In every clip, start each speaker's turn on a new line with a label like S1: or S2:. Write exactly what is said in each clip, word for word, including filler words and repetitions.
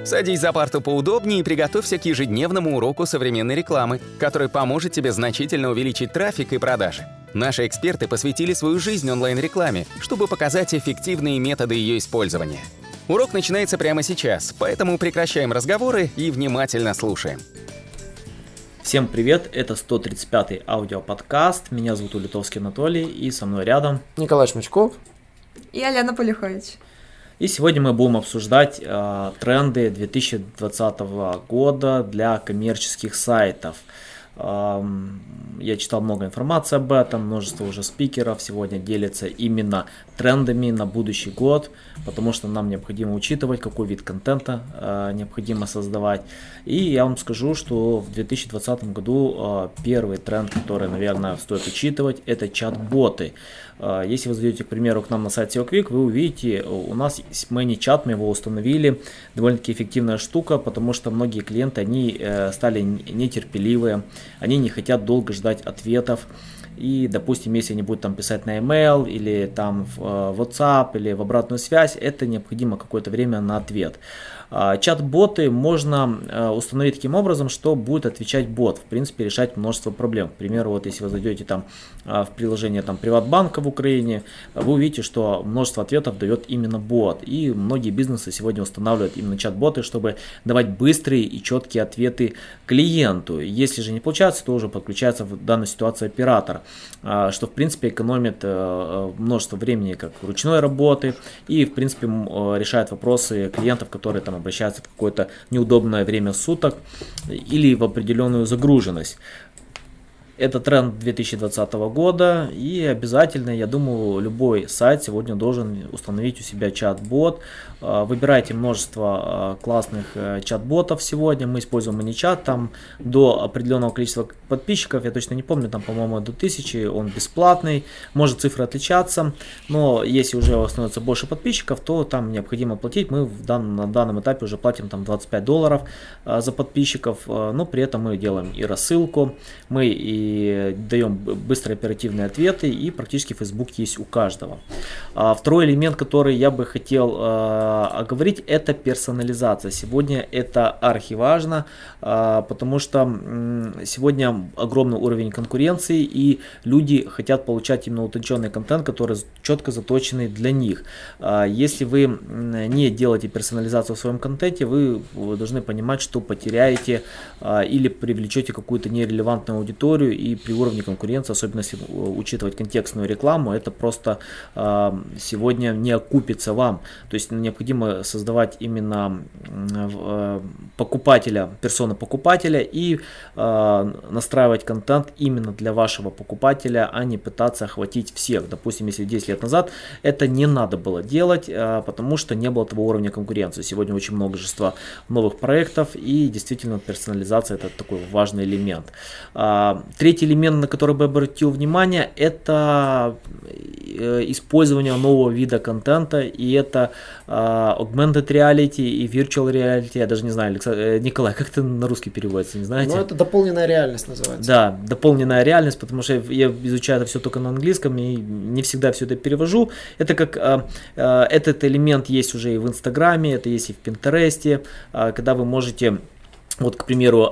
S1: Садись за парту поудобнее и приготовься к ежедневному уроку современной рекламы, который поможет тебе значительно увеличить трафик и продажи. Наши эксперты посвятили свою жизнь онлайн-рекламе, чтобы показать эффективные методы ее использования. Урок начинается прямо сейчас, поэтому прекращаем разговоры и внимательно слушаем.
S2: Всем привет, это сто тридцать пятый аудиоподкаст. Меня зовут Улитовский Анатолий, и со мной рядом
S3: Николай Шмычков
S4: и Алена Полюхович.
S2: И сегодня мы будем обсуждать э, тренды две тысячи двадцатого года для коммерческих сайтов. Э, я читал много информации об этом, множество уже спикеров сегодня делятся именно трендами на будущий год, потому что нам необходимо учитывать, какой вид контента э, необходимо создавать. И я вам скажу, что в две тысячи двадцатом году э, первый тренд, который, наверное, стоит учитывать, это чат-боты. Э, если вы зайдете, к примеру, к нам на сайт эс и о Quick, вы увидите, у нас есть ManyChat, мы его установили, довольно-таки эффективная штука, потому что многие клиенты, они э, стали нетерпеливые, они не хотят долго ждать ответов. И, допустим, если они будут там писать на email или там в WhatsApp или в обратную связь, это необходимо какое-то время на ответ. Чат-боты можно установить таким образом, что будет отвечать бот, в принципе, решать множество проблем. К примеру, вот если вы зайдете там в приложение там Приватбанка в Украине, вы увидите, что множество ответов дает именно бот. И многие бизнесы сегодня устанавливают именно чат-боты, чтобы давать быстрые и четкие ответы клиенту. Если же не получается, то уже подключается в данной ситуации оператор, что в принципе экономит множество времени как ручной работы и в принципе решает вопросы клиентов, которые там обращаются в какое-то неудобное время суток или в определенную загруженность. Это тренд две тысячи двадцатого года, и обязательно, я думаю, любой сайт сегодня должен установить у себя чат-бот. Выбирайте множество классных чат-ботов сегодня. Мы используем ManyChat, там до определенного количества подписчиков, я точно не помню, там, по-моему, до тысячи, он бесплатный, может цифры отличаться, но если уже становится больше подписчиков, то там необходимо платить. Мы в дан, на данном этапе уже платим там двадцать пять долларов за подписчиков, но при этом мы делаем и рассылку, мы и и даем быстрые оперативные ответы, и практически Facebook есть у каждого. А, второй элемент, который я бы хотел а, оговорить, это персонализация. Сегодня это архиважно, а, потому что м, сегодня огромный уровень конкуренции, и люди хотят получать именно утонченный контент, который четко заточенный для них. А, если вы не делаете персонализацию в своем контенте, вы, вы должны понимать, что потеряете а, или привлечете какую-то нерелевантную аудиторию, и при уровне конкуренции, особенно если учитывать контекстную рекламу, это просто э, сегодня не окупится вам. То есть необходимо создавать именно э, покупателя, персону покупателя и э, настраивать контент именно для вашего покупателя, а не пытаться охватить всех. Допустим, если десять лет назад это не надо было делать, э, потому что не было того уровня конкуренции. Сегодня очень множество новых проектов, и действительно персонализация это такой важный элемент. Э, Третий элемент, на который бы обратил внимание, это использование нового вида контента, и это uh, augmented reality и virtual reality. Я даже не знаю, Александр, Николай, как это на русский переводится, не знаете?
S3: Ну, это дополненная реальность называется.
S2: Да, дополненная реальность, потому что я изучаю это все только на английском и не всегда все это перевожу. Это как uh, uh, этот элемент есть уже и в Инстаграме, это есть и в Пинтересте, uh, когда вы можете... Вот, к примеру,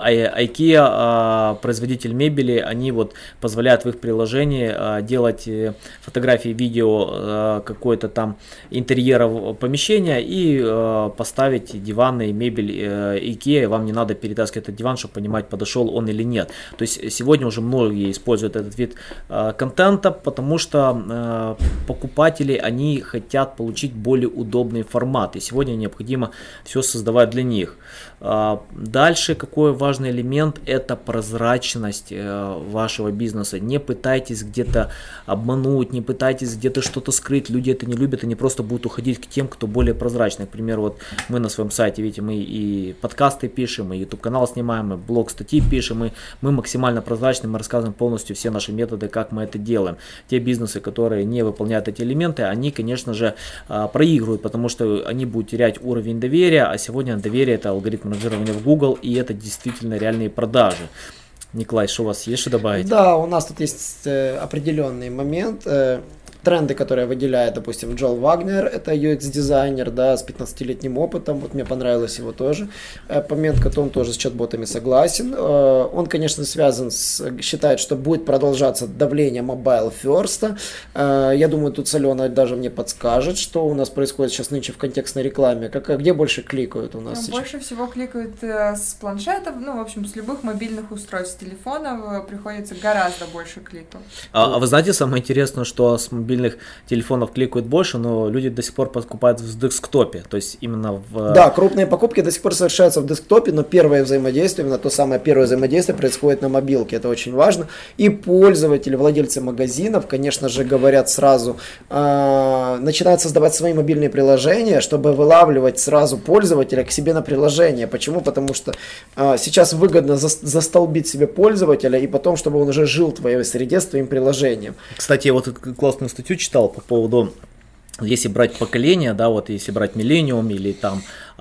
S2: IKEA, производитель мебели, они вот позволяют в их приложении делать фотографии, видео какой-то там интерьера помещения и поставить диваны и мебель IKEA. Вам не надо перетаскивать этот диван, чтобы понимать, подошел он или нет. То есть сегодня уже многие используют этот вид контента, потому что покупатели, они хотят получить более удобный формат. И сегодня необходимо все создавать для них. Дальше. Дальше какой важный элемент – это прозрачность э, вашего бизнеса. Не пытайтесь где-то обмануть, не пытайтесь где-то что-то скрыть. Люди это не любят, они просто будут уходить к тем, кто более прозрачный. К примеру, вот мы на своем сайте, видите, мы и подкасты пишем, и YouTube канал снимаем, и блог статьи пишем, и мы максимально прозрачны, мы рассказываем полностью все наши методы, как мы это делаем. Те бизнесы, которые не выполняют эти элементы, они, конечно же, э, проигрывают, потому что они будут терять уровень доверия, а сегодня доверие – это алгоритм ранжирования в Google, и это действительно реальные продажи. Николай, что у вас есть что добавить?
S3: Да, у нас тут есть определенный момент. тренды, которые выделяет, допустим, Джоэл Вагнер, это ю экс-дизайнер, да, с пятнадцатилетним опытом, вот мне понравилась его тоже пометка, то он тоже с чат-ботами согласен. Он, конечно, связан с, считает, что будет продолжаться давление mobile first. Я думаю, тут Алена даже мне подскажет, что у нас происходит сейчас нынче в контекстной рекламе, как, где больше кликают у нас
S4: ну,
S3: сейчас?
S4: Больше всего кликают э, с планшетов, ну, в общем, с любых мобильных устройств, телефонов приходится гораздо больше кликов.
S2: А, а вы знаете, самое интересное, что с мобильных телефонов кликают больше, но люди до сих пор покупают в десктопе, то есть именно в...
S3: Да, крупные покупки до сих пор совершаются в десктопе, но первое взаимодействие, именно то самое первое взаимодействие происходит на мобилке, это очень важно. И пользователи, владельцы магазинов, конечно же, говорят сразу, э, начинают создавать свои мобильные приложения, чтобы вылавливать сразу пользователя к себе на приложение. Почему? Потому что э, сейчас выгодно за, застолбить себе пользователя и потом, чтобы он уже жил в твоей среде с твоим приложением.
S2: Кстати, я вот классную статью читал по поводу, если брать поколение, да, вот если брать миллениум или там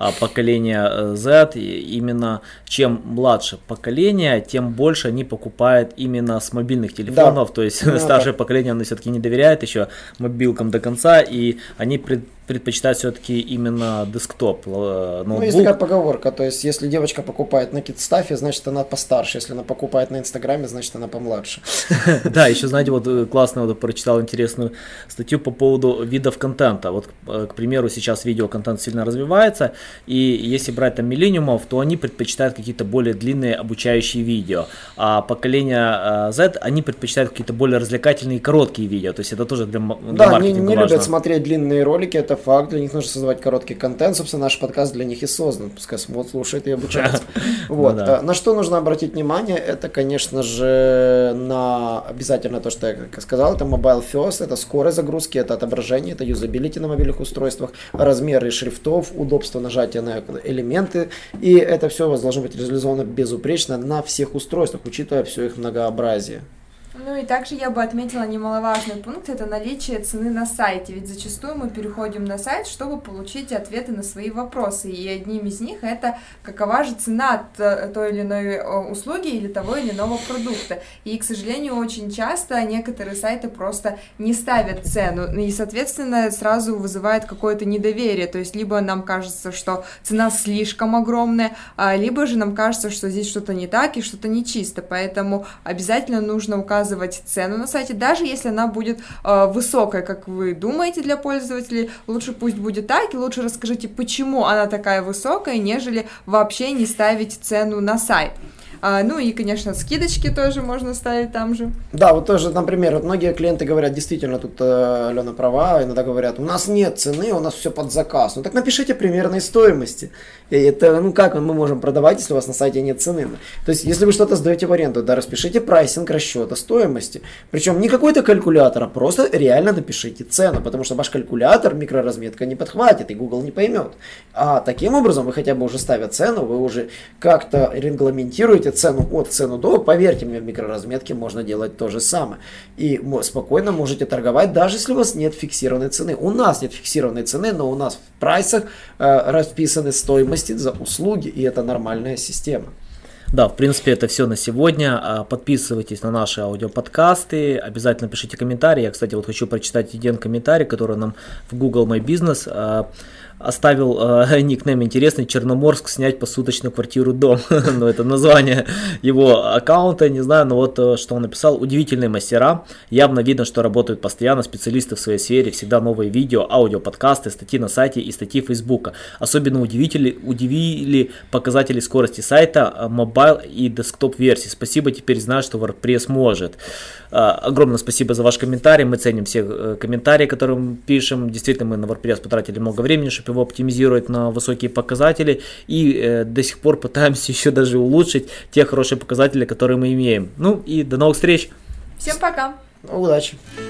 S2: поколение Z, именно чем младше поколение, тем больше они покупают именно с мобильных телефонов, да. То есть да, старшее да. поколение, оно все-таки не доверяет еще мобилкам до конца, и они пред, предпочитают все-таки именно десктоп, ноутбук.
S3: Ну, есть такая поговорка, то есть если девочка покупает на Кидстафе, значит она постарше, если она покупает на Инстаграме, значит она помладше.
S2: Да, еще, знаете, вот классно вот прочитал интересную статью по поводу видов контента. Вот, к примеру, сейчас видеоконтент сильно развивается, и если брать там миллениумов, то они предпочитают какие-то более длинные обучающие видео, а поколение Z, они предпочитают какие-то более развлекательные короткие видео, то есть это тоже для, для
S3: да,
S2: маркетинга
S3: не, не
S2: важно.
S3: любят смотреть длинные ролики, это факт, для них нужно создавать короткий контент, собственно, наш подкаст для них и создан, пускай смотрят, слушают и обучаются. Вот. Ну, да. На что нужно обратить внимание, это, конечно же, на обязательно то, что я сказал, это mobile first, это скорость загрузки, это отображение, это юзабилити на мобильных устройствах, размеры шрифтов, удобство нажатия на элементы, и это все у вас должно быть реализовано безупречно на всех устройствах, учитывая все их многообразие.
S4: Ну и также я бы отметила немаловажный пункт, это наличие цены на сайте, ведь зачастую мы переходим на сайт, чтобы получить ответы на свои вопросы, и одним из них это какова же цена той или иной услуги или того или иного продукта, и, к сожалению, очень часто некоторые сайты просто не ставят цену, и, соответственно, сразу вызывает какое-то недоверие, то есть либо нам кажется, что цена слишком огромная, либо же нам кажется, что здесь что-то не так и что-то нечисто, поэтому обязательно нужно указывать цену на сайте, даже если она будет э, высокая, как вы думаете, для пользователей, лучше пусть будет так, и лучше расскажите, почему она такая высокая, нежели вообще не ставить цену на сайт. А, ну и, конечно, скидочки тоже можно ставить там же.
S3: Да, вот тоже, например, вот многие клиенты говорят, действительно, тут э, Алена права, иногда говорят, у нас нет цены, у нас все под заказ. Ну так напишите примерной стоимости. И это, ну как мы можем продавать, если у вас на сайте нет цены? То есть, если вы что-то сдаете в аренду, да, распишите прайсинг расчета стоимости. Причем не какой-то калькулятор, а просто реально напишите цену, потому что ваш калькулятор, микроразметка не подхватит, и Google не поймет. А таким образом вы хотя бы уже ставя цену, вы уже как-то регламентируете цену от цену до, поверьте мне, в микроразметке можно делать то же самое. И спокойно можете торговать, даже если у вас нет фиксированной цены. У нас нет фиксированной цены, но у нас в прайсах э, расписаны стоимости за услуги, и это нормальная система.
S2: Да, в принципе, это все на сегодня. Подписывайтесь на наши аудиоподкасты, обязательно пишите комментарии. Я, кстати, вот хочу прочитать один комментарий, который нам в Google My Business оставил э, никнейм интересный: Черноморск, снять посуточную квартиру, дом. Ну, это название его аккаунта, не знаю, но вот э, что он написал. Удивительные мастера, явно видно, что работают постоянно, специалисты в своей сфере, всегда новые видео, аудио, подкасты, статьи на сайте и статьи Фейсбука. Особенно удивители, удивили показатели скорости сайта, мобайл и десктоп версии. Спасибо, теперь знаю, что WordPress может. Э, огромное спасибо за ваш комментарий, мы ценим все э, комментарии, которые мы пишем. Действительно, мы на WordPress потратили много времени, чтобы его оптимизировать на высокие показатели, и э, до сих пор пытаемся еще даже улучшить те хорошие показатели, которые мы имеем. Ну и до новых встреч.
S4: Всем пока.
S3: Удачи.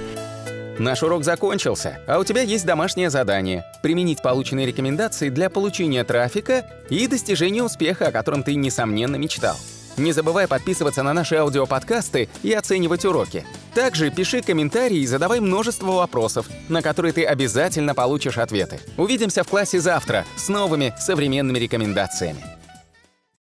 S1: Наш урок закончился, а у тебя есть домашнее задание – применить полученные рекомендации для получения трафика и достижения успеха, о котором ты, несомненно, мечтал. Не забывай подписываться на наши аудиоподкасты и оценивать уроки. Также пиши комментарии и задавай множество вопросов, на которые ты обязательно получишь ответы. Увидимся в классе завтра с новыми современными рекомендациями.